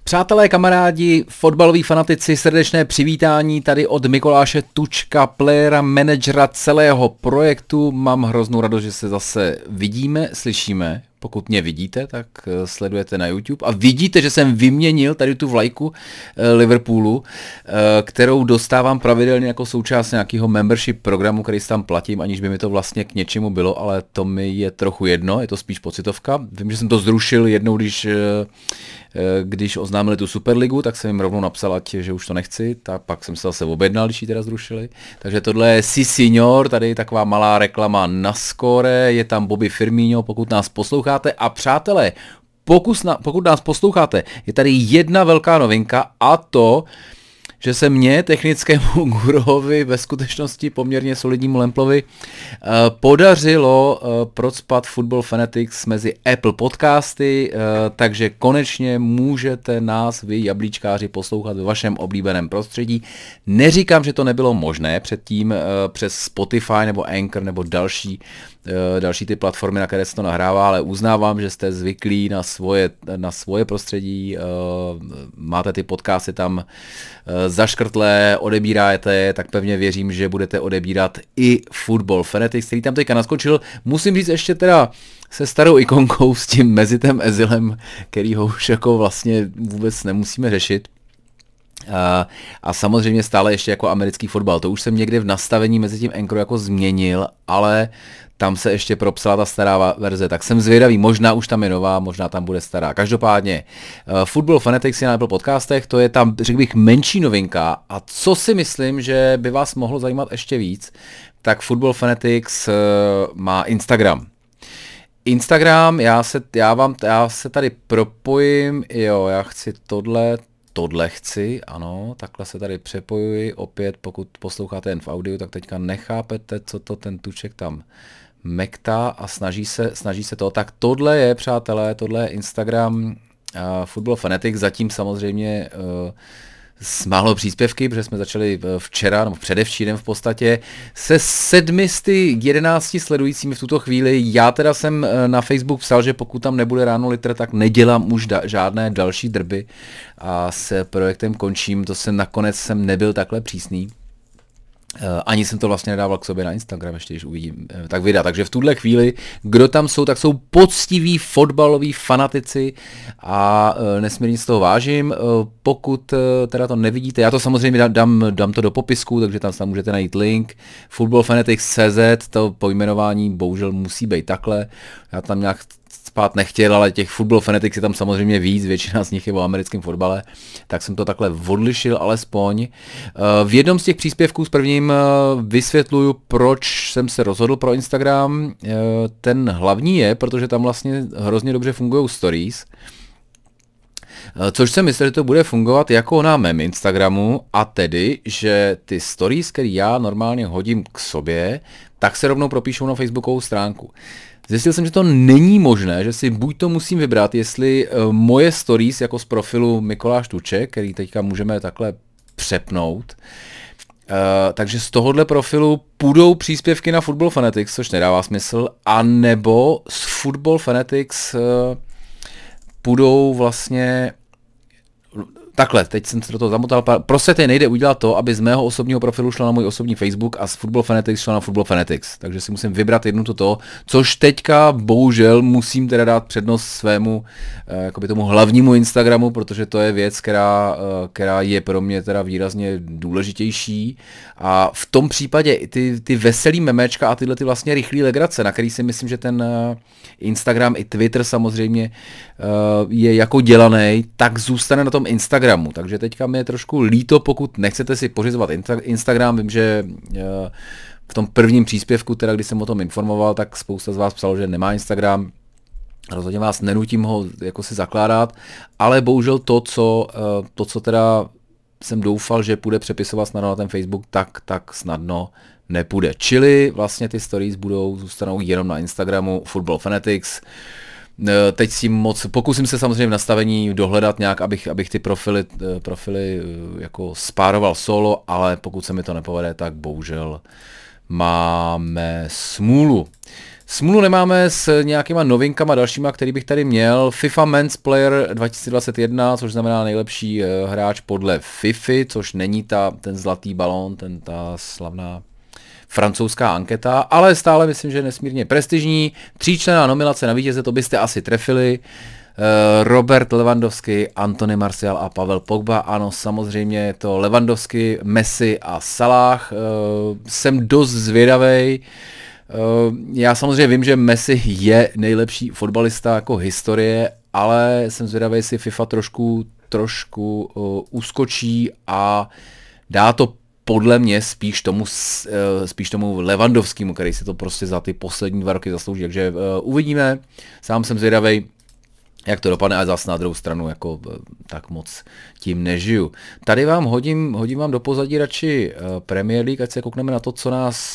Přátelé, kamarádi, fotbaloví fanatici, srdečné přivítání tady od Mikuláše Tučka, playera, manažera celého projektu. Mám hroznou radost, že se zase vidíme, slyšíme. Pokud mě vidíte, tak sledujete na YouTube a vidíte, že jsem vyměnil tady tu vlajku Liverpoolu, kterou dostávám pravidelně jako součást nějakého membership programu, který si tam platím, aniž by mi to vlastně k něčemu bylo, ale to mi je trochu jedno, je to spíš pocitovka. Vím, že jsem to zrušil jednou, když oznámili tu Superligu, tak jsem jim rovnou napsal, že už to nechci, tak pak jsem se zase objednal, když ji teda zrušili. Takže tohle je Si Signor, tady taková malá reklama na Score, je tam Bobby Firmino, pokud nás posloucháte. A přátelé, pokud nás posloucháte, je tady jedna velká novinka a to, že se mně, technickému gurovi, ve skutečnosti poměrně solidnímu Lemplovi, podařilo procpat Football Fanatics mezi Apple podcasty, takže konečně můžete nás, vy jablíčkáři, poslouchat ve vašem oblíbeném prostředí. Neříkám, že to nebylo možné předtím přes Spotify nebo Anchor nebo další ty platformy, na které se to nahrává, ale uznávám, že jste zvyklí na svoje prostředí, máte ty podcasty tam zaškrtlé, odebíráte je, tak pevně věřím, že budete odebírat i Football Fanatics, který tam teďka naskočil. Musím říct ještě teda se starou ikonkou s tím Mezitem Ezilem, kterýho už jako vlastně vůbec nemusíme řešit. A samozřejmě stále ještě jako americký fotbal. To už jsem někde v nastavení mezi tím Anchor jako změnil, ale tam se ještě propsala ta stará verze, tak jsem zvědavý, možná už tam je nová, možná tam bude stará. Každopádně, Football Fanatics je na Apple podcastech, to je tam, řekl bych, menší novinka a co si myslím, že by vás mohlo zajímat ještě víc, tak Football Fanatics má Instagram. Instagram, já se tady propojím, jo, já chci tohle chci, ano, takhle se tady přepojuji, opět pokud posloucháte jen v audiu, tak teďka nechápete, co to ten Tuček tam mektá a snaží se to. Tak tohle je, přátelé, tohle je Instagram Football Fanatics, zatím samozřejmě s málo příspěvky, protože jsme začali včera, nebo předevčírem v podstatě, se 711 sledujícími v tuto chvíli. Já teda jsem na Facebook psal, že pokud tam nebude ráno litr, tak nedělám už žádné další drby a s projektem končím, nakonec jsem nebyl takhle přísný. Ani jsem to vlastně nedával k sobě na Instagram, ještě když uvidím, tak vydá. Takže v tuhle chvíli, kdo tam jsou, tak jsou poctiví fotbaloví fanatici a nesmírně z toho vážím. Pokud teda to nevidíte, já to samozřejmě dám to do popisku, takže tam můžete najít link. Footballfanatics.cz, to pojmenování bohužel musí být takhle. Já tam nějak spát nechtěl, ale těch Football Fanatics je tam samozřejmě víc, většina z nich je o americkém fotbale, tak jsem to takhle odlišil alespoň. V jednom z těch příspěvků s prvním vysvětluju, proč jsem se rozhodl pro Instagram. Ten hlavní je, protože tam vlastně hrozně dobře fungují stories, což jsem myslel, že to bude fungovat jako na mém Instagramu, a tedy, že ty stories, které já normálně hodím k sobě, tak se rovnou propíšou na facebookovou stránku. Zjistil jsem, že to není možné, že si buď to musím vybrat, jestli moje stories jako z profilu Mikuláš Tuček, který teďka můžeme takhle přepnout, takže z tohohle profilu půjdou příspěvky na Football Fanatics, což nedává smysl, anebo z Football Fanatics půjdou vlastně takhle, teď jsem se do toho zamotal, prostě nejde udělat to, aby z mého osobního profilu šlo na můj osobní Facebook a z Football Fanatics šlo na Football Fanatics, takže si musím vybrat jednu to, což teďka bohužel musím teda dát přednost svému, jakoby tomu hlavnímu Instagramu, protože to je věc, která je pro mě teda výrazně důležitější a v tom případě ty veselý memečka a tyhle ty vlastně rychlý legrace, na který si myslím, že ten Instagram i Twitter samozřejmě je jako dělaný, tak zůstane na tom Instagramu. Takže teďka mi je trošku líto, pokud nechcete si pořizovat Instagram. Vím, že v tom prvním příspěvku, teda když jsem o tom informoval, tak spousta z vás psalo, že nemá Instagram. Rozhodně vás nenutím ho jako si zakládat, ale bohužel to, co teda jsem doufal, že půjde přepisovat snadno na ten Facebook, tak snadno nepůjde. Čili vlastně ty stories zůstanou jenom na Instagramu Football Fanatics. Teď si pokusím se samozřejmě v nastavení dohledat nějak, abych ty profily jako spároval solo, ale pokud se mi to nepovede, tak bohužel máme smůlu. Smůlu nemáme s nějakýma novinkama dalšíma, který bych tady měl. FIFA Men's Player 2021, což znamená nejlepší hráč podle FIFA, což není ten zlatý balón, ta slavná francouzská anketa, ale stále myslím, že je nesmírně prestižní. 3členná nominace na vítěze, to byste asi trefili. Robert Lewandowski, Anthony Martial a Pavel Pogba. Ano, samozřejmě je to Lewandowski, Messi a Salah. Jsem dost zvědavej. Já samozřejmě vím, že Messi je nejlepší fotbalista jako historie, ale jsem zvědavý, jestli FIFA trošku uskočí a dá to podle mě spíš tomu Lewandowskému, který si to prostě za ty poslední 2 roky zaslouží. Takže uvidíme, sám jsem zvědavej, jak to dopadne, ale zase na druhou stranu jako tak moc tím nežiju. Tady vám hodím vám do pozadí radši Premier League, ať se koukneme na to, co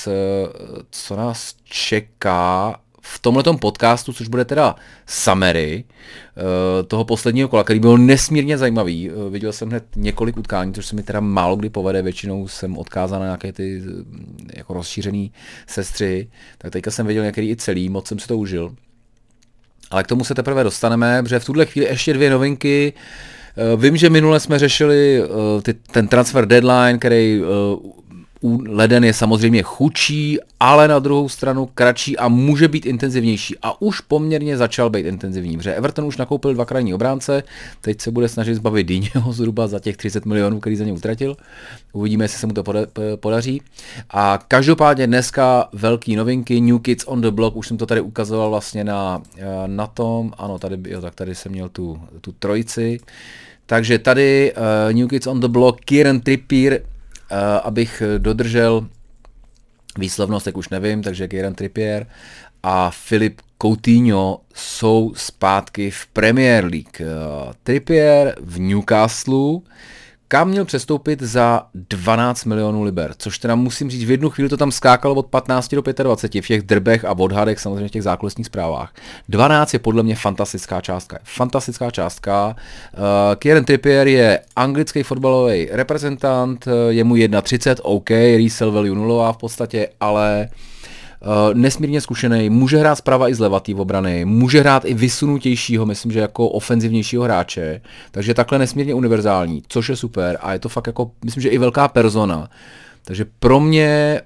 nás čeká v tomhletom podcastu, což bude teda summary toho posledního kola, který byl nesmírně zajímavý. Viděl jsem hned několik utkání, což se mi teda málo kdy povede, většinou jsem odkázán na nějaké ty jako rozšířený sestři, tak teďka jsem viděl některý i celý, moc jsem si to užil. Ale k tomu se teprve dostaneme, protože v tuhle chvíli ještě 2 novinky. Vím, že minule jsme řešili ten transfer deadline, který leden je samozřejmě chudší, ale na druhou stranu kratší a může být intenzivnější. A už poměrně začal být intenzivní, protože Everton už nakoupil 2 krajní obránce, teď se bude snažit zbavit Diňoho zhruba za těch 30 milionů, který za ně utratil. Uvidíme, jestli se mu to podaří. A každopádně dneska velký novinky, New Kids on the Block, už jsem to tady ukazoval vlastně na tom, ano, tady jsem měl tu trojici. Takže tady New Kids on the Block, Kieran Trippier, abych dodržel výslovnost, tak už nevím, takže Kieran Trippier a Philippe Coutinho jsou zpátky v Premier League. Trippier v Newcastle, kam měl přestoupit za 12 milionů liber, což teda musím říct, v jednu chvíli to tam skákalo od 15 do 25 v těch drbech a odhadech, samozřejmě v těch zákulisních zprávách. 12 je podle mě fantastická částka. Kieran Trippier je anglický fotbalový reprezentant, je mu 31, OK, resale value nulová v podstatě, ale nesmírně zkušený, může hrát zprava i zleva té obrany, může hrát i vysunutějšího, myslím, že jako ofenzivnějšího hráče, takže takhle nesmírně univerzální, což je super a je to fakt jako, myslím, že i velká persona. Takže pro mě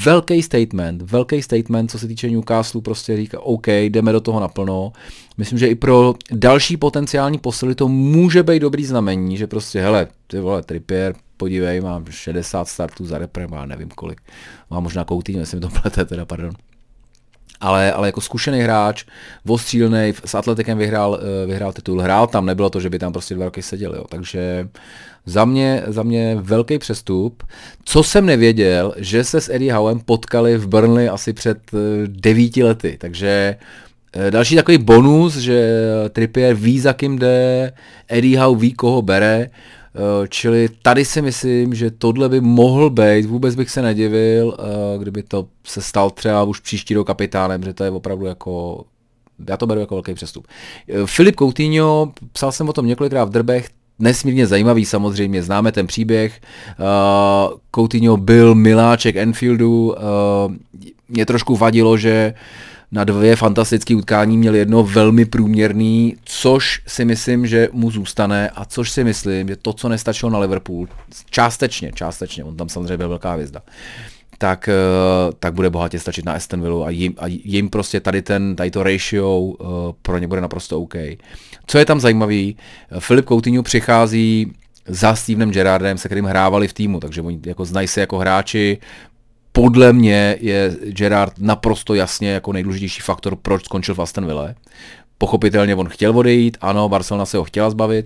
velký statement, co se týče Newcastle, prostě říká, OK, jdeme do toho naplno. Myslím, že i pro další potenciální posily to může být dobrý znamení, že prostě, hele, ty vole, Trippier, podívej, mám 60 startů za reprem, já nevím kolik, mám možná Coutinho, jestli mi to plete, teda, pardon. Ale jako zkušený hráč, ostřílnej, s Atletikem vyhrál titul, hrál tam, nebylo to, že by tam prostě 2 roky seděl, jo. Takže za mě velký přestup. Co jsem nevěděl, že se s Eddie Howem potkali v Burnley asi před 9 lety, takže další takový bonus, že Trippier ví, za kým jde, Eddie Howe ví, koho bere, čili tady si myslím, že tohle by mohl být, vůbec bych se nedivil, kdyby to se stal třeba už příští rok kapitánem, že to je opravdu jako, já to beru jako velký přestup. Philippe Coutinho, psal jsem o tom několikrát v drbech, nesmírně zajímavý samozřejmě, známe ten příběh, Coutinho byl miláček Anfieldu, mě trošku vadilo, že na 2 fantastické utkání měl jedno velmi průměrný, což si myslím, že mu zůstane a což si myslím, že to, co nestačilo na Liverpool, částečně, on tam samozřejmě byl velká hvězda, tak bude bohatě stačit na Aston Villa a jim prostě tady to ratio pro ně bude naprosto OK. Co je tam zajímavý, Philippe Coutinho přichází za Stevenem Gerrardem, se kterým hrávali v týmu, takže oni jako znají se jako hráči. Podle mě je Gerrard naprosto jasně jako nejdůležitější faktor, proč skončil v Aston Villa. Pochopitelně on chtěl odejít, ano, Barcelona se ho chtěla zbavit,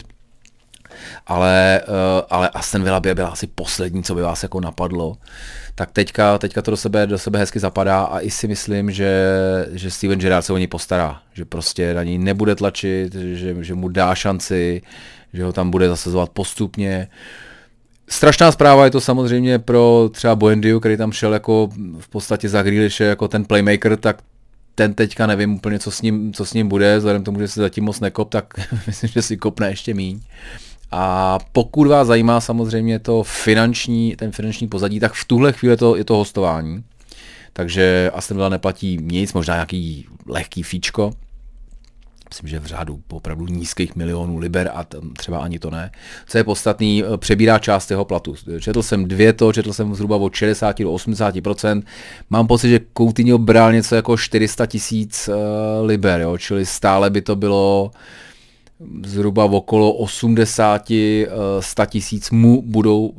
ale Aston Villa by byla asi poslední, co by vás jako napadlo. Tak teďka to do sebe hezky zapadá a i si myslím, že Steven Gerrard se o něj postará, že prostě na něj nebude tlačit, že mu dá šanci, že ho tam bude zasazovat postupně. Strašná zpráva je to samozřejmě pro třeba Buendiu, který tam šel jako v podstatě za Grealishe jako ten playmaker, tak ten teďka nevím úplně, co s ním bude, vzhledem k tomu, že se zatím moc nekop, tak myslím, že si kopne ještě míň. A pokud vás zajímá samozřejmě ten finanční pozadí, tak v tuhle chvíli je to hostování. takže Aston Villa neplatí nic, možná nějaký lehký fíčko, myslím, že v řádu opravdu nízkých milionů liber a třeba ani to ne. Co je podstatný, přebírá část jeho platu. Četl jsem zhruba od 60 do 80%. Mám pocit, že Coutinho bral něco jako 400 000 liber, jo? Čili stále by to bylo zhruba okolo 80 100 000 mu budou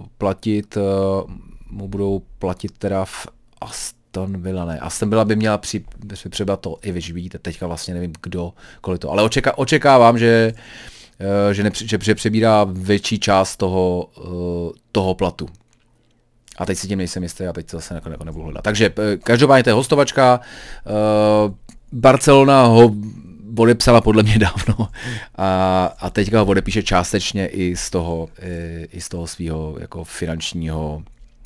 platit teda v Aston Villa, ne. Aston Villa by měla třeba to, i vy vidíte, teďka vlastně nevím kolik to, ale očekávám, že přebírá větší část toho platu. A teď si tím nejsem jistý a teď to zase nebudu hledat. Takže každopádně to je hostovačka, Barcelona ho odepsala podle mě dávno a teďka ho odepíše částečně i z toho svého jako finančního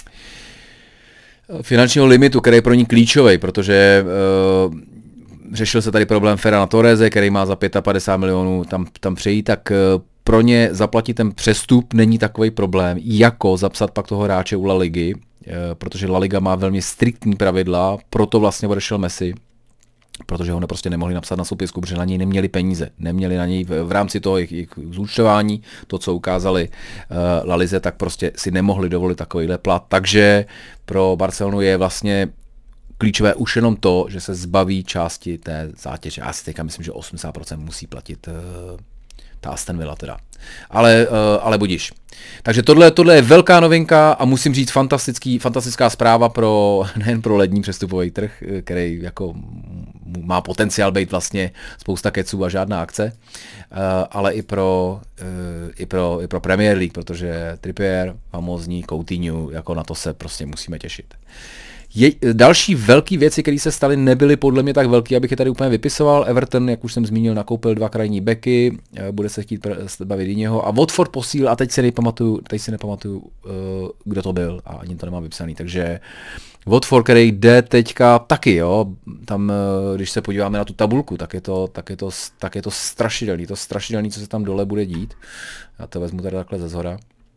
limitu, který je pro ní klíčový, protože řešil se tady problém Ferrana Torrese, který má za 55 milionů tam přejít, tak pro ně zaplatit ten přestup není takový problém, jako zapsat pak toho hráče u La Ligy, protože La Liga má velmi striktní pravidla, proto vlastně odešel Messi, protože ho prostě nemohli napsat na soupisku, protože na něj neměli peníze, neměli na něj v rámci toho jejich zúčtování, to, co ukázali La Lize, tak prostě si nemohli dovolit takovýhle plat, takže pro Barcelonu je vlastně klíčové už jenom to, že se zbaví části té zátěže. Já si teďka myslím, že 80% musí platit ta Aston Villa teda. Ale budiš. Takže tohle je velká novinka a musím říct fantastická zpráva nejen pro lední přestupový trh, který jako má potenciál být vlastně spousta keců a žádná akce, ale i pro Premier League, protože Trippier, famózní, Coutinho, jako na to se prostě musíme těšit. Další velké věci, které se staly, nebyly podle mě tak velké, abych je tady úplně vypisoval. Everton, jak už jsem zmínil, nakoupil 2 krajní beky, bude se chtít bavit jiného. A Watford posíl, a teď si nepamatuju, kdo to byl, a ani to nemám vypsaný. Takže Watford, který jde teďka taky, jo, tam, když se podíváme na tu tabulku, tak je to strašidelný, co se tam dole bude dít. Já to vezmu tady takhle ze zhora.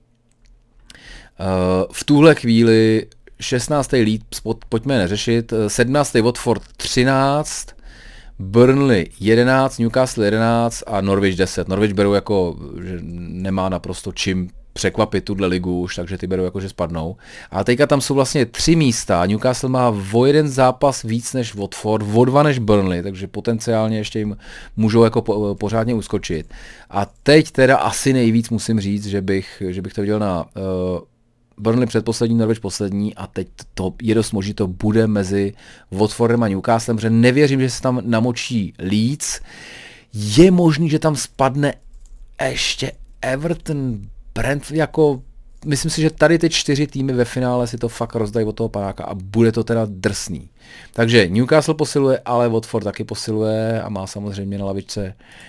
V tuhle chvíli 16. Leeds, pojďme neřešit, 17. Watford 13, Burnley 11, Newcastle 11 a Norwich 10. Norwich berou jako, že nemá naprosto čím překvapit tuhle ligu už, takže ty berou jako, že spadnou. A teďka tam jsou vlastně 3 místa, Newcastle má o 1 zápas víc než Watford, o 2 než Burnley, takže potenciálně ještě jim můžou jako pořádně uskočit. A teď teda asi nejvíc musím říct, že bych to viděl na Burnley předposlední, Norwich poslední a teď to je dost možný, to bude mezi Watfordem a Newcastlem, protože nevěřím, že se tam namočí Leeds. Je možný, že tam spadne ještě Everton, Brentford, jako myslím si, že tady ty 4 týmy ve finále si to fakt rozdají od toho panáka a bude to teda drsný. Takže Newcastle posiluje, ale Watford taky posiluje a má samozřejmě na lavičce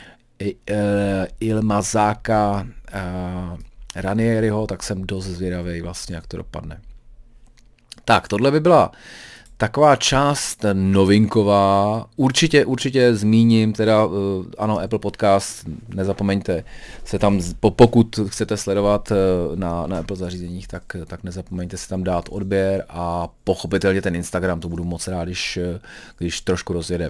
Ilmazáka, Ranieriho, tak jsem dost zvědavý vlastně, jak to dopadne. Tak, tohle by byla taková část novinková. Určitě zmíním, teda ano, Apple Podcast, nezapomeňte se tam, pokud chcete sledovat na Apple zařízeních, tak nezapomeňte se tam dát odběr a pochopitelně ten Instagram, to budu moc rád, když trošku rozjedem.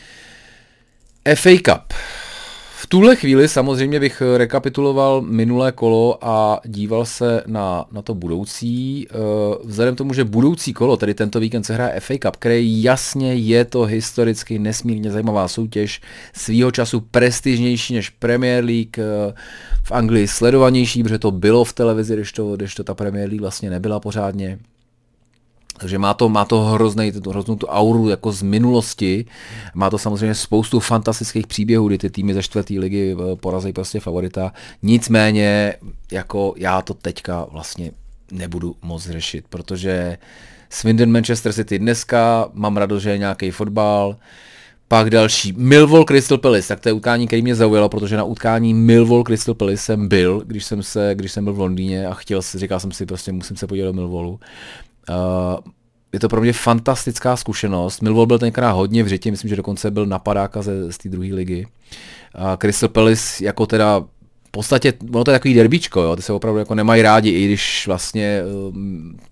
FA Cup. V tuhle chvíli samozřejmě bych rekapituloval minulé kolo a díval se na to budoucí. Vzhledem k tomu, že budoucí kolo, tedy tento víkend se hraje FA Cup, který jasně je to historicky nesmírně zajímavá soutěž, svýho času prestižnější než Premier League, v Anglii sledovanější, protože to bylo v televizi, když to ta Premier League vlastně nebyla pořádně. Takže má to hroznou tu auru jako z minulosti. Má to samozřejmě spoustu fantastických příběhů, kdy ty týmy ze 4. ligy porazí prostě favorita. Nicméně jako já to teďka vlastně nebudu moc řešit, protože Swindon Manchester City dneska, mám radost, že je nějaký fotbal. Pak další Millwall Crystal Palace, tak to je utkání, který mě zaujalo, protože na utkání Millwall Crystal Palace jsem byl, když jsem byl v Londýně a říkal jsem si prostě musím se podívat do Millwallu. Je to pro mě fantastická zkušenost. Millwall byl tenkrát hodně v řitě, myslím, že dokonce byl napadáka z té 2. ligy. Crystal Palace jako teda v podstatě, ono to je takový derbíčko, jo, ty se opravdu jako nemají rádi, i když vlastně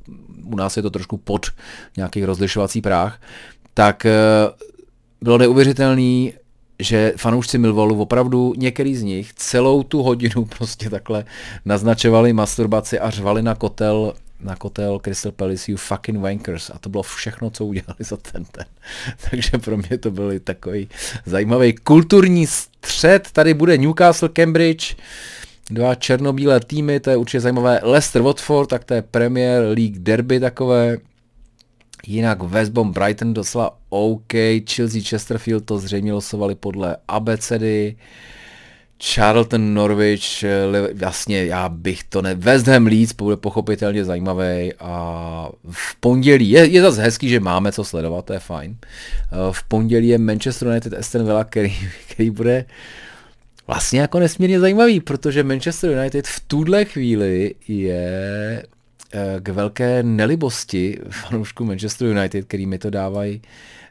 u nás je to trošku pod nějaký rozlišovací práh, tak bylo neuvěřitelný, že fanoušci Millwallu opravdu některý z nich celou tu hodinu prostě takhle naznačovali masturbaci a řvali na kotel Crystal Palace, you fucking wankers. A to bylo všechno, co udělali za ten. Takže pro mě to byl takový zajímavý kulturní střed. Tady bude Newcastle, Cambridge, dva černobílé týmy, to je určitě zajímavé. Leicester, Watford, tak to je Premier League derby takové. Jinak West Brom, Brighton docela OK, Chelsea, Chesterfield to zřejmě losovali podle abecedy. Charlton, Norwich, vlastně já bych to West Ham, Leeds bude pochopitelně zajímavý a v pondělí, je zase hezký, že máme co sledovat, to je fajn. V pondělí je Manchester United, Aston Villa, který bude vlastně jako nesmírně zajímavý, protože Manchester United v tuhle chvíli je k velké nelibosti fanoušků Manchester United, který mi to dávají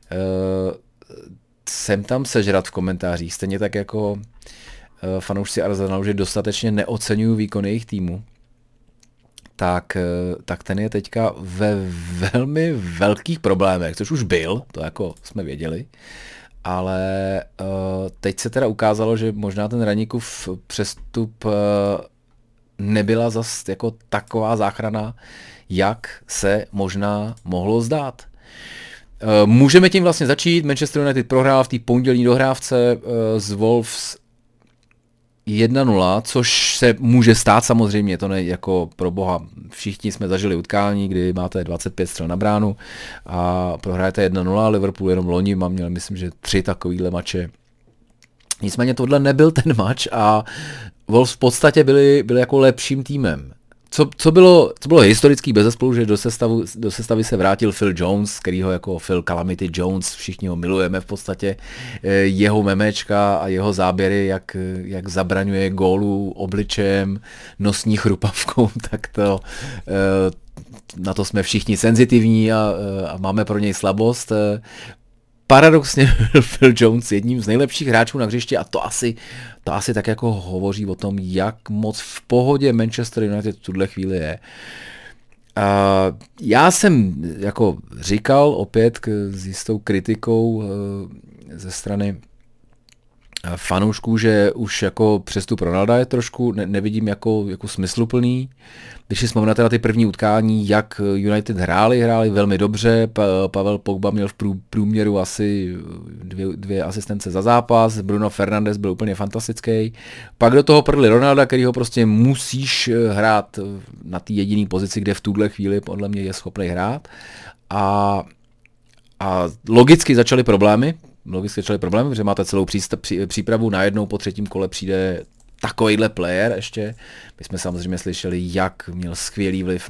sem tam sežrat v komentářích, stejně tak jako fanoušci Arsenalu, že dostatečně neoceňují výkon jejich týmu, tak ten je teďka ve velmi velkých problémech, což už byl, to jako jsme věděli, ale teď se teda ukázalo, že možná ten Raníkův přestup nebyla zas jako taková záchrana, jak se možná mohlo zdát. Můžeme tím vlastně začít. Manchester United prohrál v té pondělní dohrávce z Wolves 1-0, což se může stát samozřejmě, to ne jako pro boha. Všichni jsme zažili utkání, kdy máte 25 střel na bránu a prohrajete 1-0, Liverpool jenom loni měl myslím, že 3 takovýhle mače. Nicméně tohle nebyl ten mač a Wolves v podstatě byli jako lepším týmem. Co bylo historický bezesporu, že do sestavy se vrátil Phil Jones, kterýho jako Phil Calamity Jones, všichni ho milujeme v podstatě, jeho memečka a jeho záběry, jak zabraňuje gólu obličejem, nosní chrupavkou, tak to na to jsme všichni senzitivní a máme pro něj slabost. Paradoxně Phil Jones jedním z nejlepších hráčů na hřišti a to asi tak jako hovoří o tom, jak moc v pohodě Manchester United v tuhle chvíli je. Já jsem jako říkal opět s jistou kritikou ze strany fanoušků, že už jako přestup Ronalda je trošku, nevidím jako smysluplný. Když si vzpomínáte na ty první utkání, jak United hráli velmi dobře, Pavel Pogba měl v průměru asi dvě asistence za zápas, Bruno Fernandes byl úplně fantastický. Pak do toho prdli Ronalda, který ho prostě musíš hrát na té jediné pozici, kde v tuhle chvíli podle mě je schopný hrát. A logicky začaly problémy, protože máte celou přípravu, najednou po třetím kole přijde takovejhle player ještě. My jsme samozřejmě slyšeli, jak měl skvělý vliv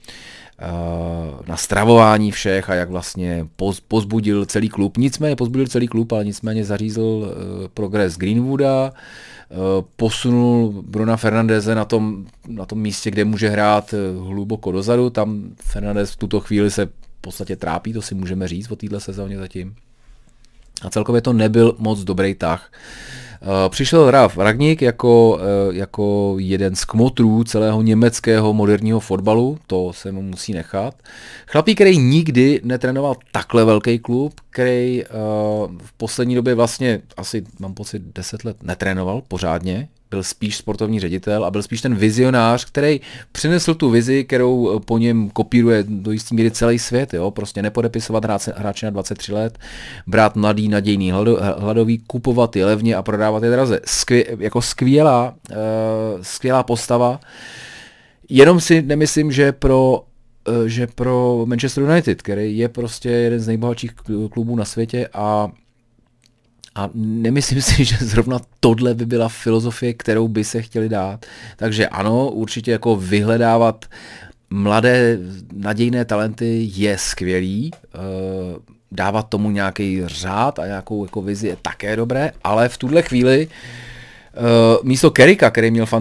na stravování všech a jak vlastně pozbudil celý klub. Ale nicméně zařízl progres Greenwooda, posunul Bruna Fernandeze na tom místě, kde může hrát hluboko dozadu. Tam Fernandes v tuto chvíli se v podstatě trápí, to si můžeme říct o téhle sezóně zatím. A celkově to nebyl moc dobrý tah. Přišel Ralf Rangnick jako jeden z kmotrů celého německého moderního fotbalu, to se mu musí nechat. Chlapík, který nikdy netrénoval takhle velký klub, který v poslední době vlastně asi, mám pocit, 10 let netrénoval pořádně, byl spíš sportovní ředitel a byl spíš ten vizionář, který přinesl tu vizi, kterou po něm kopíruje do jistý míry celý svět. Jo? Prostě nepodepisovat hráče na 23 let, brát mladý, nadějný, hladový, kupovat je levně a prodávat je draze. Jako skvělá postava. Jenom si nemyslím, že pro Manchester United, který je prostě jeden z nejbohatších klubů na světě a nemyslím si, že zrovna tohle by byla filozofie, kterou by se chtěli dát. Takže ano, určitě jako vyhledávat mladé nadějné talenty je skvělý, dávat tomu nějaký řád a nějakou jako vizi je také dobré, ale v tuhle chvíli místo Carricka, který měl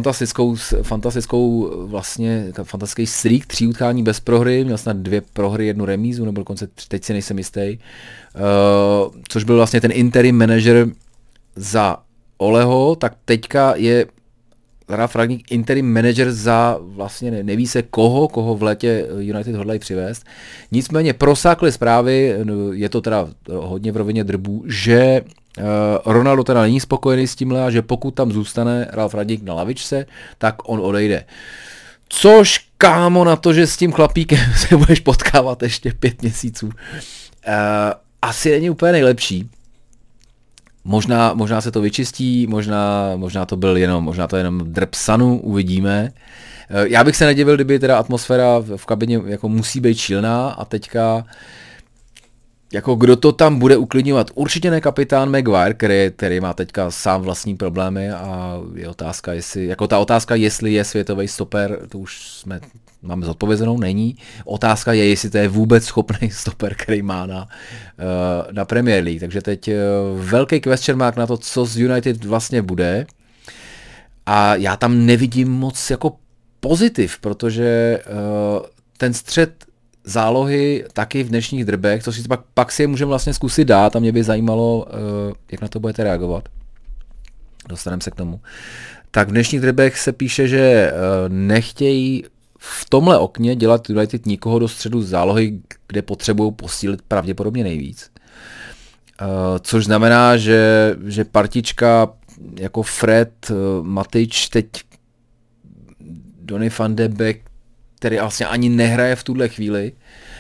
fantastický streak 3 utkání bez prohry, měl snad 2 prohry, 1 remízu, nebo dokonce teď si nejsem jistý, což byl vlastně ten interim manager za Oleho, tak teďka je Ralf Rangnick interim manager za vlastně neví se koho v létě United hodlají přivést. Nicméně prosákly zprávy, je to teda hodně v rovině drbů, že Ronaldo teda není spokojený s tímhle a že pokud tam zůstane Ralf Rangnick na lavičce, tak on odejde. Což, kámo, na to, že s tím chlapíkem se budeš potkávat ještě 5 měsíců, asi není úplně nejlepší. Možná se to vyčistí, možná to jenom drb sanu, uvidíme. Já bych se nedivil, kdyby teda atmosféra v kabině jako musí být šílená a teďka jako kdo to tam bude uklidňovat? Určitě ne kapitán Maguire, který má teďka sám vlastní problémy a je otázka, jestli je světový stoper, to už máme zodpovězenou, není. Otázka je, jestli to je vůbec schopný stoper, který má na Premier League. Takže teď velký question mark na to, co z United vlastně bude. A já tam nevidím moc jako pozitiv, protože ten střed zálohy taky v dnešních drbech, co si pak si je můžeme vlastně zkusit dát a mě by zajímalo, jak na to budete reagovat. Dostaneme se k tomu. Tak v dnešních drbech se píše, že nechtějí v tomhle okně dělat United nikoho do středu zálohy, kde potřebují posílit pravděpodobně nejvíc. Což znamená, že partička jako Fred, Matič, teď Donny van de Beek, který vlastně ani nehraje v tuhle chvíli,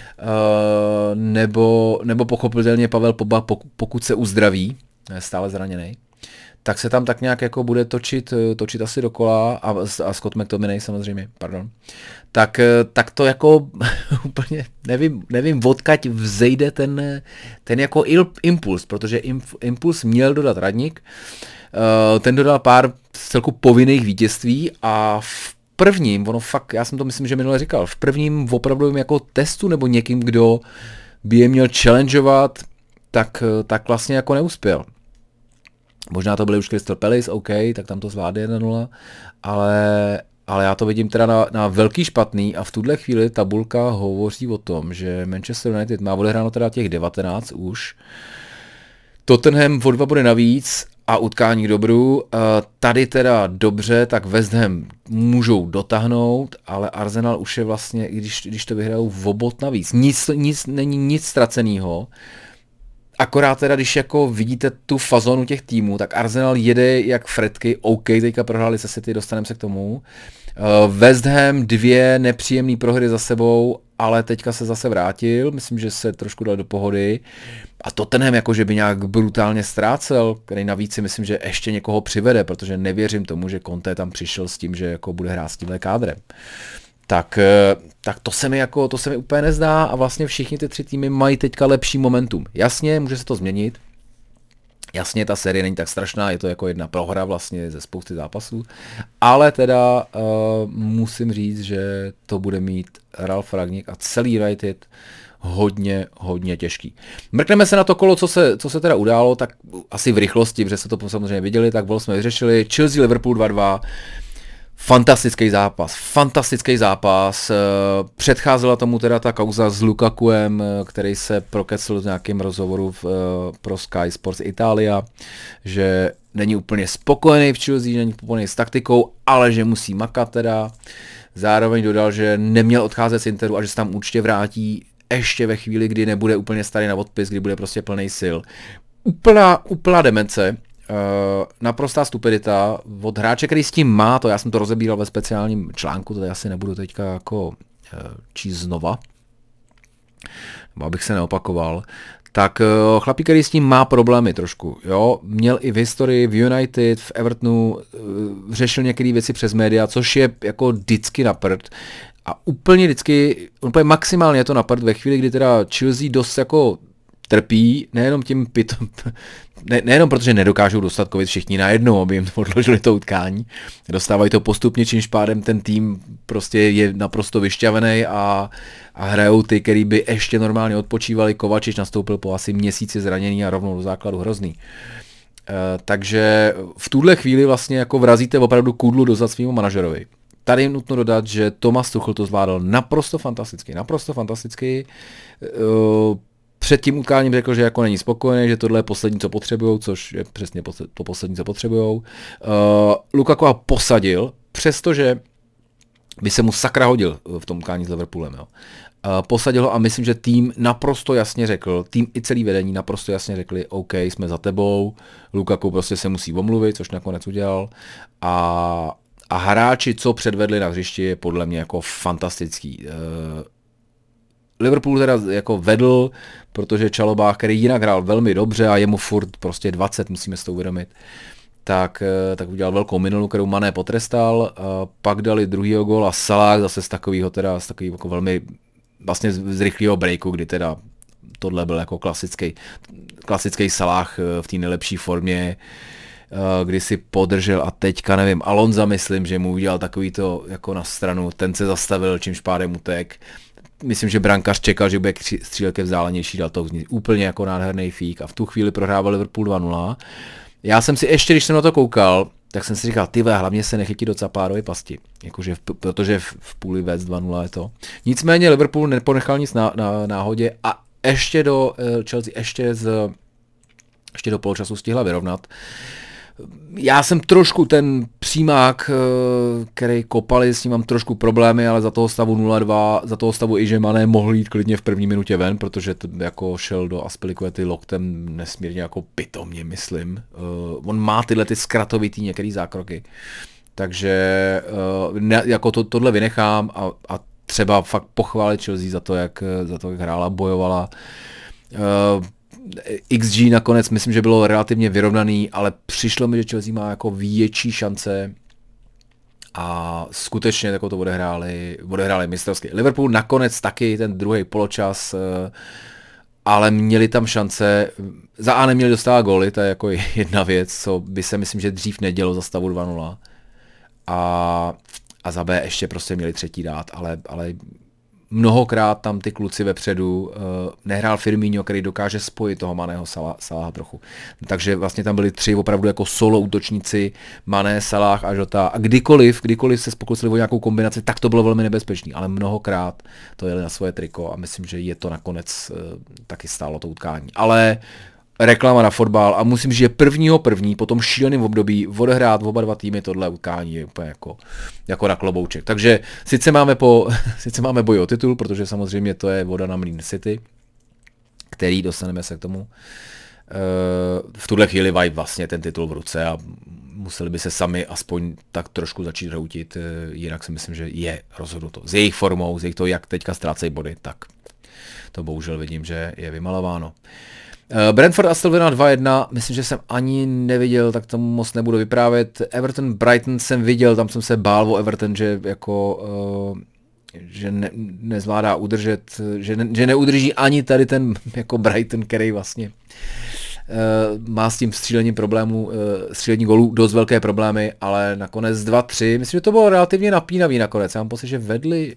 nebo pochopitelně Pavel Pogba, pokud se uzdraví, je stále zraněný, tak se tam tak nějak jako bude točit asi dokola a Scott McTominay samozřejmě, pardon. Tak to jako úplně nevím odkud vzejde ten jako impuls, protože impuls měl dodat Rangnick, ten dodal pár celku povinných vítězství a v prvním, já jsem to myslím, že minule říkal, v prvním opravdu jako testu nebo někým, kdo by je měl challengeovat, tak vlastně jako neuspěl. Možná to byly už Crystal Palace, OK, tak tam to zvládne 1-0, ale já to vidím teda na velký špatný a v tuhle chvíli tabulka hovoří o tom, že Manchester United má odehráno teda těch 19 už, Tottenham o 2 bude navíc a utkání k dobru. Tady teda dobře, tak West Ham můžou dotáhnout, ale Arsenal už je vlastně, i když to vyhrajou v bod navíc. Není nic ztracenýho. Akorát teda, když jako vidíte tu fazonu těch týmů, tak Arsenal jede jak fretky, OK, teďka prohráli se City, dostaneme se k tomu. West Ham 2 nepříjemné prohry za sebou, ale teďka se zase vrátil, myslím, že se trošku dal do pohody. A Tottenham jakože by nějak brutálně ztrácel, který navíc si myslím, že ještě někoho přivede, protože nevěřím tomu, že Conte tam přišel s tím, že jako bude hrát s tímhle kádrem. Tak to se mi úplně nezdá a vlastně všichni ty 3 týmy mají teďka lepší momentum. Jasně, může se to změnit. Jasně, ta série není tak strašná, je to jako jedna prohra vlastně ze spousty zápasů, ale teda musím říct, že to bude mít Ralf Rangnick a celý United hodně těžký. Mrkneme se na to kolo, co se teda událo, tak asi v rychlosti, protože se to samozřejmě viděli, tak jsme vyřešili. Chelsea Liverpool 2-2. Fantastický zápas. Předcházela tomu teda ta kauza s Lukakuem, který se prokecl v nějakém rozhovoru pro Sky Sports Italia, že není úplně spokojený v Chelsea, není spokojený s taktikou, ale že musí makat teda. Zároveň dodal, že neměl odcházet z Interu a že se tam určitě vrátí ještě ve chvíli, kdy nebude úplně starý na odpis, kdy bude prostě plný sil. Úplná demence. Naprostá stupidita od hráče, který s tím má, to já jsem to rozebíral ve speciálním článku, to asi nebudu teďka jako číst znova, nebo abych se neopakoval, tak chlapík, který s tím má problémy trošku, jo, měl i v historii v United, v Evertonu, řešil některé věci přes média, což je jako vždycky na prd a úplně maximálně je to na prd ve chvíli, kdy teda Chelsea dost jako trpí, nejenom protože nedokážou dostat covid všichni najednou, aby jim odložili to utkání. Dostávají to postupně, čímž pádem ten tým prostě je naprosto vyšťavený a hrajou ty, který by ještě normálně odpočívali. Kovačič nastoupil po asi měsíci zraněný a rovnou do základu hrozný. Takže v tuhle chvíli vlastně jako vrazíte opravdu kudlu do zad svýmu manažerovi. Tady je nutno dodat, že Thomas Tuchel to zvládl naprosto fantasticky. Před tím utkáním řekl, že jako není spokojený, že tohle je poslední, co potřebujou, což je přesně to poslední, co potřebujou. Lukaku posadil přestože by se mu sakra hodil v tom utkání s Liverpoolem. Jo. Posadil ho a myslím, že tým naprosto jasně řekl, tým i celý vedení naprosto jasně řekli, OK, jsme za tebou, Lukaku prostě se musí omluvit, což nakonec udělal. A hráči, co předvedli na hřišti, je podle mě jako fantastický. Liverpool teda jako vedl, protože Chalobah, který jinak hrál velmi dobře a je mu furt prostě 20, musíme si to uvědomit, tak udělal velkou minulu, kterou Mané potrestal, pak dali druhýho gól a Salah zase z takového jako velmi vlastně z rychlého breaku, kdy teda tohle byl jako klasický Salah v té nejlepší formě, kdy si podržel a teďka nevím, Alonza myslím, že mu udělal takový to jako na stranu, ten se zastavil, čímž pádem utek. Myslím, že brankář čekal, že bude střílet ke vzdálenější, dal to úplně jako nádherný fík a v tu chvíli prohrával Liverpool 2-0. Já jsem si ještě, když jsem na to koukal, tak jsem si říkal, hlavně se nechytí do Capárovy pasti, jakože protože v půli vést 2-0 je to. Nicméně Liverpool neponechal nic na náhodě a ještě do Chelsea, ještě do poločasu stihla vyrovnat. Já jsem trošku ten přímák, který kopali, s ním mám trošku problémy, ale za toho stavu 0-2, za toho stavu i že Mané mohl jít klidně v první minutě ven, protože to jako šel do Aspilicuety loktem nesmírně jako pitomně, myslím. On má tyhle ty zkratovitý některý zákroky, takže jako tohle vynechám a třeba fakt pochválit Chelsea za to, jak hrála, bojovala. XG nakonec myslím, že bylo relativně vyrovnaný, ale přišlo mi, že Chelsea má jako větší šance a skutečně jako to odehráli mistrovsky. Liverpool nakonec taky ten druhý poločas, ale měli tam šance, za A neměli dostávat góly, to je jako jedna věc, co by se myslím, že dřív nedělo za stavu 2-0 a za B ještě prostě měli třetí dát, ale mnohokrát tam ty kluci vepředu, nehrál Firmino, který dokáže spojit toho Maného Salaha trochu. Takže vlastně tam byli 3 opravdu jako solo útočníci, Mané, Salah a Jota. A kdykoliv se pokusili o nějakou kombinaci, tak to bylo velmi nebezpečné, ale mnohokrát to jeli na svoje triko a myslím, že je to nakonec taky stálo to utkání. Ale reklama na fotbal a musím říct, že první po tom šíleném období odehrát oba dva týmy tohle utkání je úplně jako na klobouček. Takže sice máme boj o titul, protože samozřejmě to je voda na mlýn City, který dostaneme se k tomu. V tuhle chvíli mají vlastně ten titul v ruce a museli by se sami aspoň tak trošku začít hroutit, jinak si myslím, že je rozhodnuto. S jejich formou, s jejich to, jak teďka ztrácejí body, tak to bohužel vidím, že je vymalováno. Brentford Aston Villa 2-1, myslím, že jsem ani neviděl, tak tomu moc nebudu vyprávět. Everton Brighton jsem viděl, tam jsem se bál o Everton, že jako že nezvládá udržet, že neudrží ani tady ten jako Brighton, který vlastně má s tím střílením problémů, střílení golů dost velké problémy, ale nakonec 2-3, myslím, že to bylo relativně napínavý nakonec. Já mám pocit, že vedli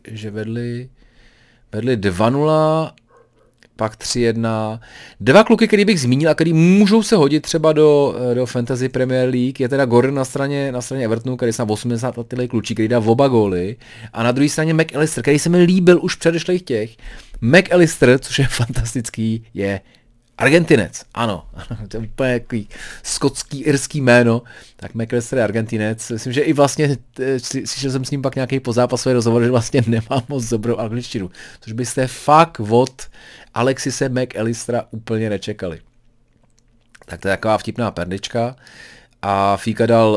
2-0, pak 3-1. 2 kluky, který bych zmínil a který můžou se hodit třeba do Fantasy Premier League, je teda Gordon na straně Evertonu, který jsem na 80 letý klučí, který dá oba góly, a na druhé straně McAllister, který se mi líbil už v předešlých těch. McAllister, což je fantastický, je Argentinec, ano, to je úplně takový skotský, irský jméno, tak McAllister je Argentinec, myslím, že i vlastně, slyšel jsem s ním pak nějaký pozápasový rozhovor, že vlastně nemá moc dobrou angličtinu, což byste fakt od Alexise McAllistera úplně nečekali. Tak to je taková vtipná perdička a Fíka dal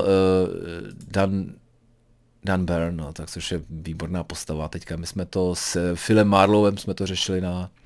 Dan Burn, no, tak což je výborná postava. Teďka my jsme to s Philem Marlowem jsme to řešili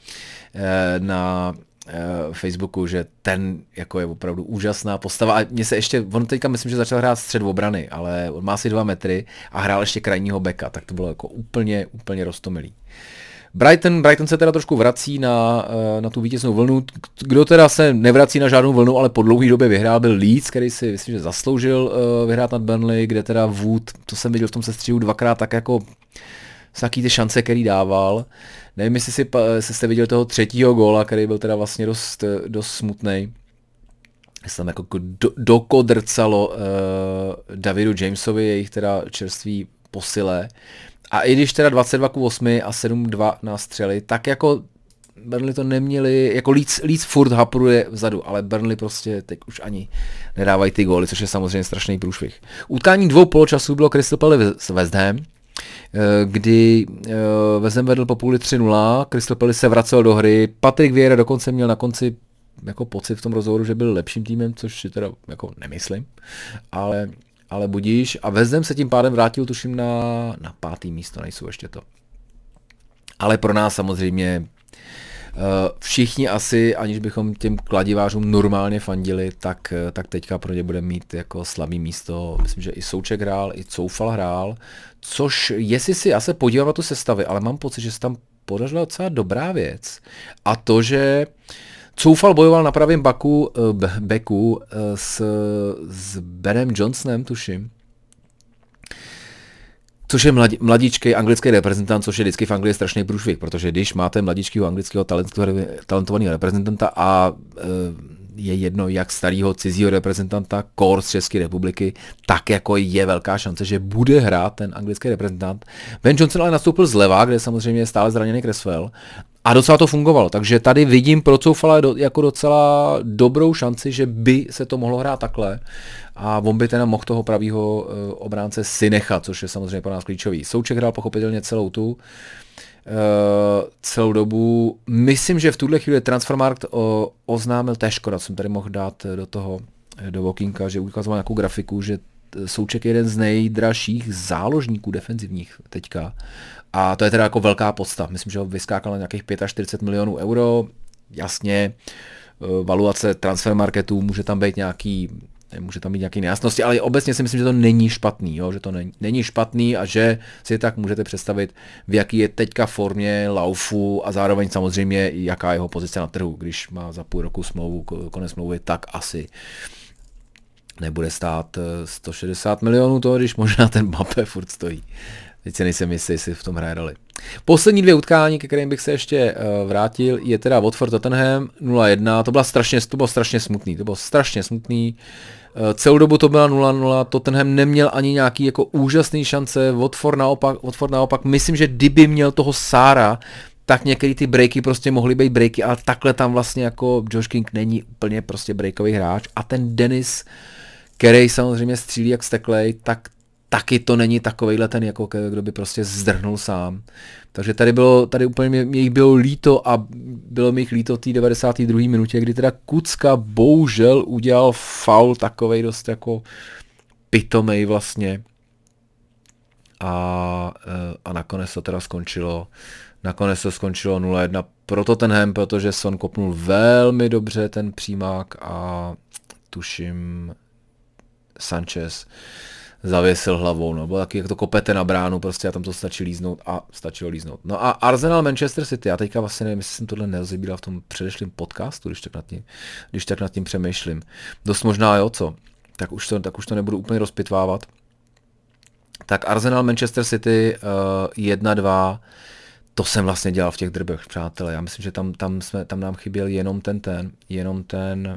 na Facebooku, že ten jako je opravdu úžasná postava a mně se ještě, on teďka myslím, že začal hrát střed obrany, ale on má asi 2 metry a hrál ještě krajního beka, tak to bylo jako úplně roztomilý. Brighton se teda trošku vrací na tu vítěznou vlnu. Kdo teda se nevrací na žádnou vlnu, ale po dlouhé době vyhrál, byl Leeds, který si myslím, že zasloužil vyhrát nad Burnley, kde teda Wood, to jsem viděl v tom sestřihu 2krát tak jako taky ty šance, který dával. Nevím, jestli jste viděl toho 3. góla, který byl teda vlastně dost smutnej. Se tam jako dokodrcalo Davidu Jamesovi, jejich teda čerství posile. A i když teda 22-8 a 7-2 na střely, tak jako Burnley to neměli, jako Leeds furt hapruje vzadu, ale Burnley prostě teď už ani nedávají ty góly, což je samozřejmě strašný průšvih. Utkání 2 poločasů bylo Crystal Palace West Ham, kdy West Ham vedl po půli 3-0, Crystal Palace se vracel do hry, Patrick Vieira dokonce měl na konci jako pocit v tom rozhovoru, že byl lepším týmem, což si teda jako nemyslím, ale budíš. A West Ham se tím pádem vrátil, tuším, na 5. místo, nejsou ještě to. Ale pro nás samozřejmě všichni asi, aniž bychom těm kladivářům normálně fandili, tak teďka pro ně bude mít jako slabý místo. Myslím, že i Souček hrál, i Coufal hrál, což jestli si já se podívám na tu sestavy, ale mám pocit, že se tam podařila docela dobrá věc. A to, že Coufal bojoval na pravém beku s Benem Johnsonem, tuším, což je mladíčký anglický reprezentant, což je vždycky v Anglii strašný průšvih, protože když máte mladíčkého anglického talentovaného reprezentanta a je jedno jak starého cizího reprezentanta, kor z České republiky, tak jako je velká šance, že bude hrát ten anglický reprezentant. Ben Johnson ale nastoupil zleva, kde samozřejmě je stále zraněný Cresswell, a docela to fungovalo, takže tady vidím pro Coufala jako docela dobrou šanci, že by se to mohlo hrát takhle a on by teda mohl toho pravýho obránce si nechat, což je samozřejmě pro nás klíčový. Souček hrál pochopitelně celou dobu. Myslím, že v tuhle chvíli Transfermarkt oznámil, to je škoda, jsem tady mohl dát do Walkinga, že ukazoval nějakou grafiku, že Souček je jeden z nejdražších záložníků defenzivních teďka. A to je teda jako velká podsta. Myslím, že ho vyskákal na nějakých 45 milionů euro. Jasně, valuace transfermarketu, může tam být nějaký nejasnosti, ale obecně si myslím, že to není špatný, jo? Že to není špatný a že si tak můžete představit, v jaký je teďka formě laufu a zároveň samozřejmě jaká je jeho pozice na trhu. Když má za půl roku konec smlouvy, tak asi nebude stát 160 milionů toho, když možná ten Mbappé furt stojí. Teď se nejsem jistý, jestli v tom hraje roli. Poslední 2 utkání, ke kterým bych se ještě vrátil, je teda Watford Tottenham 0-1. To bylo strašně smutný. Celou dobu to byla 0-0. Tottenham neměl ani nějaký jako úžasný šance. Watford naopak, myslím, že kdyby měl toho Sára, tak některé ty breaky prostě mohly být breaky, ale takhle tam vlastně jako Josh King není úplně prostě breakový hráč. A ten Dennis, který samozřejmě střílí jak steklej, tak taky to není takovejhle ten, jako kdo by prostě zdrhnul sám. Takže tady úplně mě jich bylo líto a bylo mi jich líto v té 92. minutě, kdy teda Kucka bohužel udělal faul takovej dost jako pitomej vlastně. A nakonec to teda skončilo 0-1 pro Tottenham, protože Son kopnul velmi dobře ten přímák a tuším Sanchez zavěsil hlavou, no, bylo taky, jak to kopete na bránu, prostě a tam to stačilo líznout. No a Arsenal Manchester City, já teďka vlastně nevím, jestli jsem tohle nerozebíral v tom předešlém podcastu, když tak nad tím přemýšlím. Dost možná jo, co? Tak už to nebudu úplně rozpitvávat. Tak Arsenal Manchester City 1-2, to jsem vlastně dělal v těch drbech, přátelé. Já myslím, že tam nám chyběl jenom ten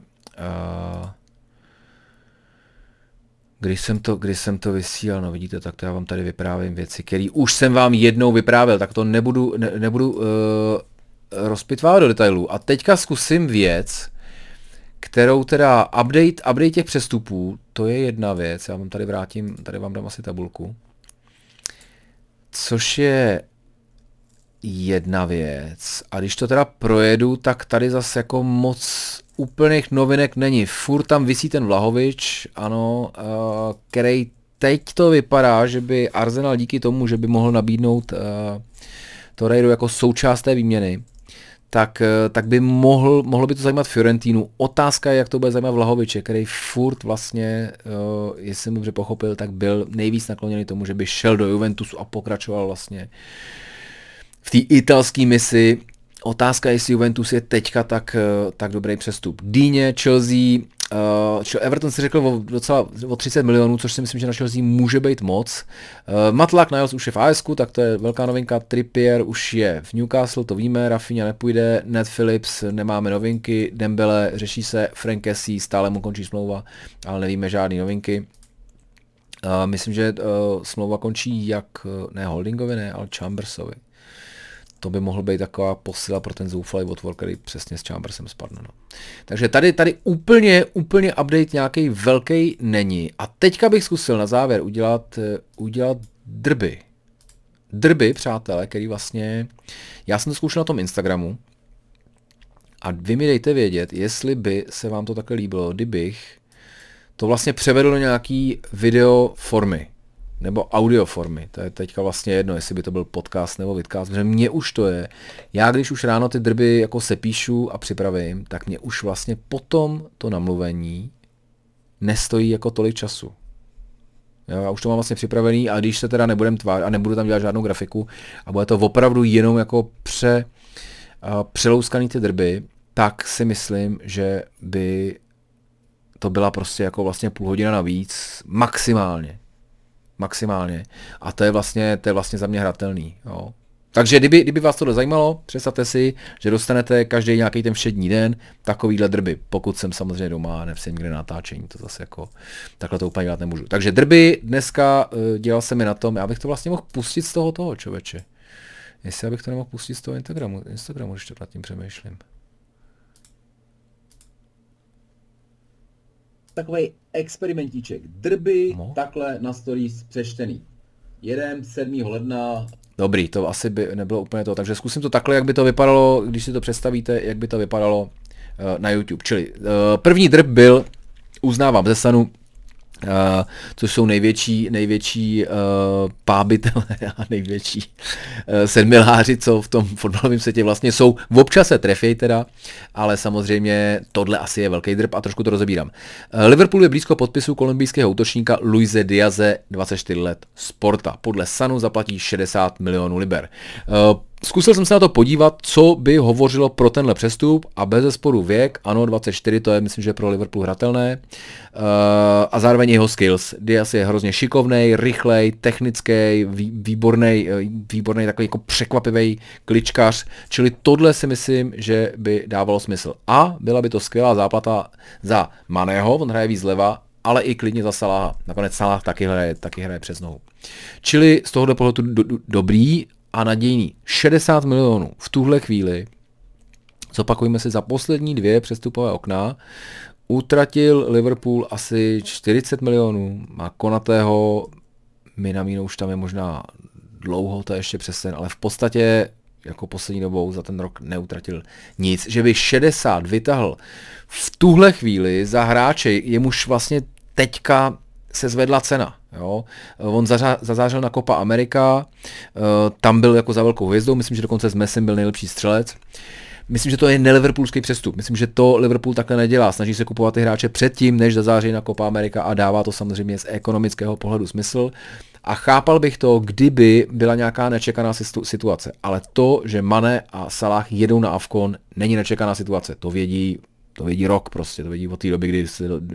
Když jsem to vysílal, no vidíte, tak to já vám tady vyprávím věci, které už jsem vám jednou vyprávěl, tak to nebudu rozpitvávat do detailů. A teďka zkusím věc, kterou teda update těch přestupů, to je jedna věc, já vám tady vám dám asi tabulku, což je jedna věc. A když to teda projedu, tak tady zase jako moc úplných novinek není. Furt tam visí ten Vlahovič, ano, který teď to vypadá, že by Arsenal díky tomu, že by mohl nabídnout Torreira jako součást té výměny, tak by mohlo by to zajímat Fiorentinu. Otázka je, jak to bude zajímat Vlahoviče, který furt vlastně, jestli jsem dobře pochopil, tak byl nejvíc nakloněný tomu, že by šel do Juventusu a pokračoval vlastně v té italské misi. Otázka je, jestli Juventus je teďka tak dobrý přestup. Dýně, Chelsea, Everton si řekl o 30 milionů, což si myslím, že na Chelsea může být moc. Matlák Niles už je v ASku, tak to je velká novinka. Trippier už je v Newcastle, to víme, Rafinha nepůjde, Ned Phillips, nemáme novinky, Dembele řeší se, Frank Kessie, stále mu končí smlouva, ale nevíme žádný novinky. Myslím, že smlouva končí ne Holdingovi, ale Chambersovi. to by mohl být taková posila pro ten zoufalý otvor, který přesně s Chambersem spadne. No. Takže tady úplně update nějaký velký není. A teďka bych zkusil na závěr udělat drby. Drby, přátelé, který vlastně, já jsem to zkoušel na tom Instagramu a vy mi dejte vědět, jestli by se vám to takhle líbilo, kdybych to vlastně převedl do nějaký video formy nebo audio formy. To je teďka vlastně jedno, jestli by to byl podcast nebo vidcast, protože mě už to je. Já když už ráno ty drby jako sepíšu a připravím, tak mě už vlastně potom to namluvení nestojí jako tolik času. Jo, já už to mám vlastně připravený a když se teda nebudem tvářit a nebudu tam dělat žádnou grafiku a bude to opravdu jenom jako přelouskaný ty drby, tak si myslím, že by to byla prostě jako vlastně půl hodina navíc, maximálně. A to je vlastně za mě hratelný. Jo. Takže kdyby vás to zajímalo, představte si, že dostanete každý nějaký ten všední den takovýhle drby, pokud jsem samozřejmě doma, nevsím někde na natáčení, to zase jako takhle to úplně dělat nemůžu. Takže drby dneska dělal jsem mi na tom, já bych to vlastně mohl pustit z toho člověče. Jestli abych to nemohl pustit z toho Instagramu, když to nad tím přemýšlím. Takovej experimentíček. Drby takhle na stories přečtený. Jedem 7. ledna. Dobrý, to asi by nebylo úplně to. Takže zkusím to takhle, jak by to vypadalo, když si to představíte, jak by to vypadalo na YouTube. Čili první drb byl, uznávám ze Sanu, což jsou největší pábitele a největší sedmiláři, co v tom fotbalovém světě vlastně jsou. Občas se trefějí teda, ale samozřejmě tohle asi je velký drb a trošku to rozebírám. Liverpool je blízko podpisu kolumbijského útočníka Luise Diaze, 24 let, Sporta. Podle Sanu zaplatí 60 milionů liber. Zkusil jsem se na to podívat, co by hovořilo pro tenhle přestup a bezesporu věk, ano 24, to je myslím, že pro Liverpool hratelné a zároveň jeho skills. Diaz je hrozně šikovnej, rychlej, technický, výborný takový jako překvapivý kličkař, čili tohle si myslím, že by dávalo smysl. A byla by to skvělá záplata za Maného, on hraje víc zleva, ale i klidně za Salaha. Nakonec Salah taky hraje přes nohu. Čili z tohohle pohledu dobrý a nadějný. 60 milionů v tuhle chvíli, zopakujeme si, za poslední 2 přestupové okna utratil Liverpool asi 40 milionů a Konatého Minamino už tam je možná dlouho, to je ještě přes ten, ale v podstatě jako poslední dobou za ten rok neutratil nic. Že by 60 vytahl v tuhle chvíli za hráče, jemuž vlastně teďka se zvedla cena. Jo. On zazářil na Copa America, tam byl jako za velkou hvězdou, myslím, že dokonce s Messim byl nejlepší střelec. Myslím, že to je neliverpoolský přestup. Myslím, že to Liverpool takhle nedělá. Snaží se kupovat ty hráče předtím, než zazáří na Copa America a dává to samozřejmě z ekonomického pohledu smysl. A chápal bych to, kdyby byla nějaká nečekaná situace. Ale to, že Mane a Salah jedou na AFCON, není nečekaná situace. To vědí rok prostě, to vědí od té doby,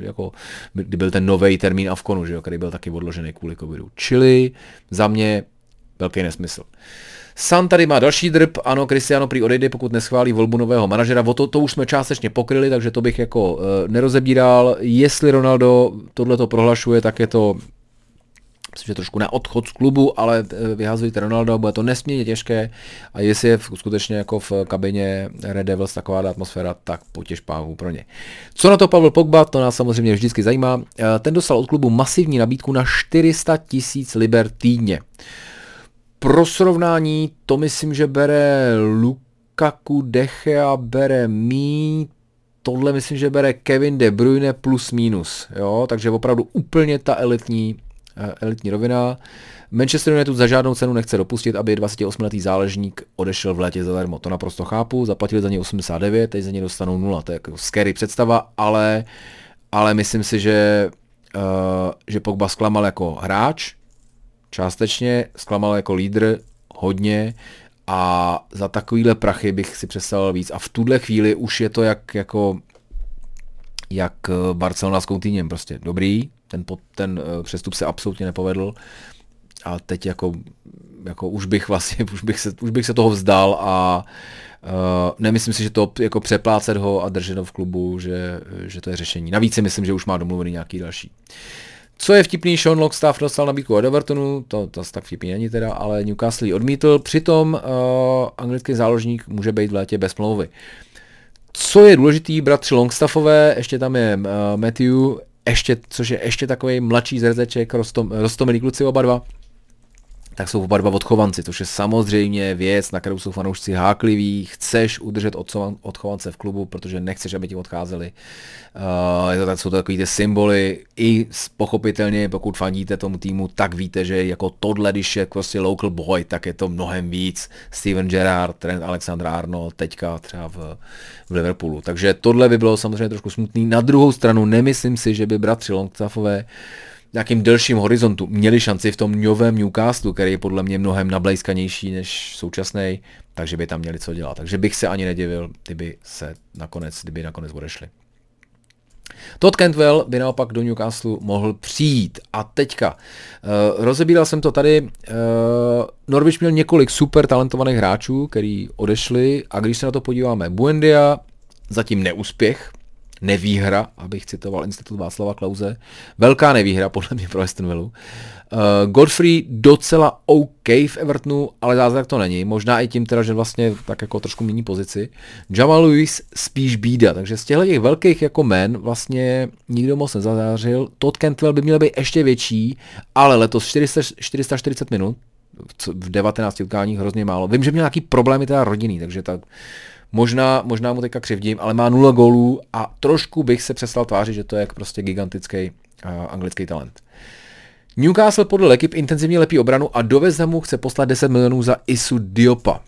kdy byl ten nový termín AFCONu, že jo, který byl taky odložený kvůli covidu. Čili za mě velký nesmysl. San tady má další drb, ano, Cristiano prý odejde, pokud neschválí volbu nového manažera, to už jsme částečně pokryli, takže to bych jako nerozebíral. Jestli Ronaldo tohleto prohlašuje, tak je to myslím, že trošku na odchod z klubu, ale vyhazujte Ronaldo, bude to nesmírně těžké a jestli je skutečně jako v kabině Red Devils taková atmosféra, tak potěž páhu pro ně. Co na to Pavel Pogba, to nás samozřejmě vždycky zajímá. Ten dostal od klubu masivní nabídku na 400 000 liber týdně. Pro srovnání to myslím, že bere Lukaku, De Gea, bere tohle myslím, že bere Kevin De Bruyne plus minus, jo, takže opravdu úplně ta elitní rovina. Manchester United za žádnou cenu nechce dopustit, aby 28letý záležník odešel v létě zadarmo. To naprosto chápu, zaplatili za něj 89, teď za něj dostanou 0. To je jako scary představa, ale myslím si, že Pogba zklamal jako hráč, částečně zklamal jako lídr hodně a za takovýhle prachy bych si představil víc. A v tuhle chvíli už je to jak Barcelona s Coutinhem, prostě dobrý, ten přestup se absolutně nepovedl a teď jako už bych se toho vzdal a nemyslím si, že to jako přeplácet ho a držet ho v klubu, že to je řešení. Navíc si myslím, že už má domluvený nějaký další. Co je vtipný, Sean Longstaff dostal nabídku od Evertonu, to tak vtipný není teda, ale Newcastle ji odmítl, přitom anglický záložník může být v létě bez smlouvy. Co je důležitý, bratři Longstaffové, ještě tam je Matthew, což je ještě takový mladší zrzeček, roztomilí kluci oba dva, tak jsou oba dva odchovanci, což je samozřejmě věc, na kterou jsou fanoušci hákliví, chceš udržet odchovance v klubu, protože nechceš, aby ti odcházeli. Jsou to takový ty symboly, i pochopitelně, pokud fandíte tomu týmu, tak víte, že jako tohle, když je prostě local boy, tak je to mnohem víc. Steven Gerrard, Trent Alexander-Arnold, teďka třeba v Liverpoolu. Takže tohle by bylo samozřejmě trošku smutný. Na druhou stranu nemyslím si, že by bratři Longstaffové nějakým delším horizontu měli šanci v tom novém Newcastlu, který je podle mě mnohem nablejskanější než současný, takže by tam měli co dělat. Takže bych se ani nedivil, kdyby nakonec odešli. Todd Cantwell by naopak do Newcastlu mohl přijít. A teďka, rozebíral jsem to tady, Norwich měl několik super talentovaných hráčů, který odešli, a když se na to podíváme, Buendia, zatím neúspěch, nevýhra, abych citoval Institut Václava Klause, velká nevýhra podle mě pro Aston Villu. Godfrey docela OK v Evertonu, ale zázrak to není, možná i tím teda, že vlastně tak jako trošku mění pozici. Jamal Lewis spíš bída, takže z těchto velkých jako men vlastně nikdo moc nezazářil. Todd Cantwell by měl být ještě větší, ale letos 440 minut v 19 utkáních, hrozně málo. Vím, že měl nějaký problémy teda rodinný, takže tak možná mu teďka křivdím, ale má 0 gólů a trošku bych se přestal tvářit, že to je prostě gigantický anglický talent. Newcastle podle L'Equipe intenzivně lepí obranu a do West Hamu chce poslat 10 milionů za Isu Diopa.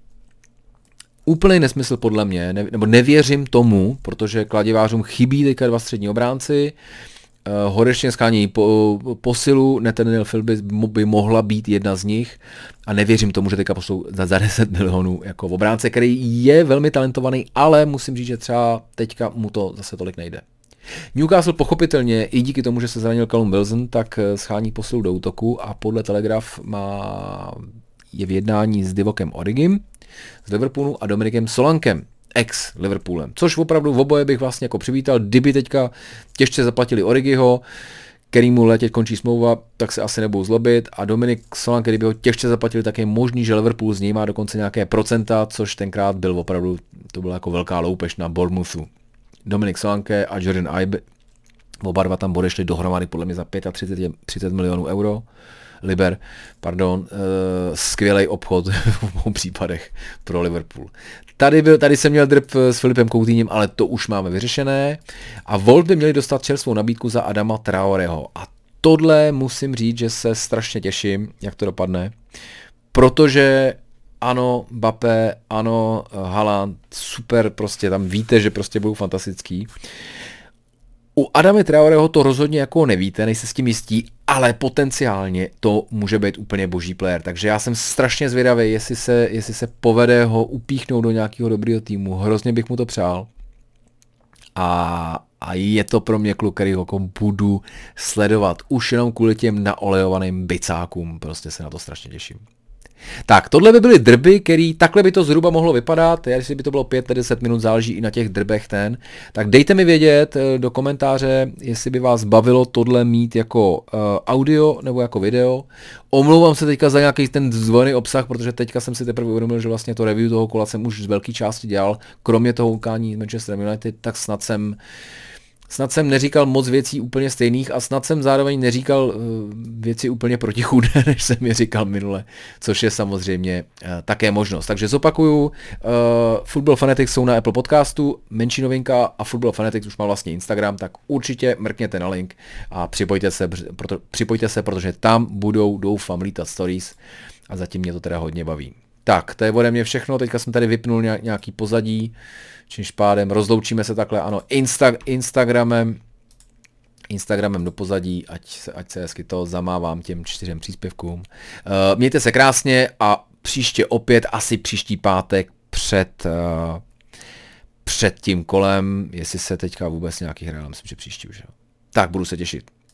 Úplný nesmysl podle mě, nebo nevěřím tomu, protože kladivářům chybí teďka 2 střední obránci, horečně skání posilu, Nathaniel Philby by mohla být jedna z nich a nevěřím tomu, že teďka pošlou za 10 milionů jako v obránce, který je velmi talentovaný, ale musím říct, že třeba teďka mu to zase tolik nejde. Newcastle pochopitelně i díky tomu, že se zranil Callum Wilson, tak schání posilu do útoku a podle Telegraph je v jednání s Divokem Origim z Liverpoolu a Dominikem Solankem ex Liverpoolem, což opravdu v oboje bych vlastně jako přivítal, kdyby teďka těžce zaplatili Origiho, kterýmu letě končí smlouva, tak se asi nebudou zlobit, a Dominik Solanke, kdyby ho těžce zaplatili, tak je možný, že Liverpool z něj má dokonce nějaké procenta, což tenkrát byl opravdu, to byla jako velká loupež na Bournemouthu. Dominik Solanke a Jordan Ibe, oba dva tam odešli dohromady podle mě za 30 milionů euro. Skvělej obchod v obou případech pro Liverpool. Tady jsem měl drb s Filipem Coutinhem, ale to už máme vyřešené. A Wolves by měli dostat čerstvou nabídku za Adama Traoreho. A tohle musím říct, že se strašně těším, jak to dopadne, protože ano, Mbappé, ano, Haaland, super, prostě tam víte, že prostě budou fantastický. U Adama Traoreho to rozhodně jako nevíte, nejste s tím jistí, ale potenciálně to může být úplně boží player, takže já jsem strašně zvědavý, jestli se povede ho upíchnout do nějakého dobrého týmu, hrozně bych mu to přál. A je to pro mě kluk, který ho budu sledovat, už jenom kvůli těm naolejovaným bicákům, prostě se na to strašně těším. Tak, tohle by byly drby, takhle by to zhruba mohlo vypadat, jestli by to bylo 5-10 minut, záleží i na těch drbech tak dejte mi vědět do komentáře, jestli by vás bavilo tohle mít jako audio nebo jako video. Omlouvám se teďka za nějaký ten zvolený obsah, protože teďka jsem si teprve uvědomil, že vlastně to review toho kola jsem už z velké části dělal, kromě toho utkání Manchester United, tak snad jsem neříkal moc věcí úplně stejných a snad jsem zároveň neříkal věci úplně protichůdné, než jsem je říkal minule, což je samozřejmě také možnost. Takže zopakuju, Football Fanatics jsou na Apple Podcastu, menší novinka, a Football Fanatics už má vlastně Instagram, tak určitě mrkněte na link a připojte se, protože tam budou, doufám, lítat stories a zatím mě to teda hodně baví. Tak, to je ode mě všechno, teďka jsem tady vypnul nějaký pozadí, čímž pádem rozloučíme se takhle, ano, Instagramem do pozadí, ať se hezky to zamávám těm 4 příspěvkům. Mějte se krásně a příště opět, asi příští pátek před tím kolem, jestli se teďka vůbec nějaký hraje, myslím, že příští už. Tak, budu se těšit.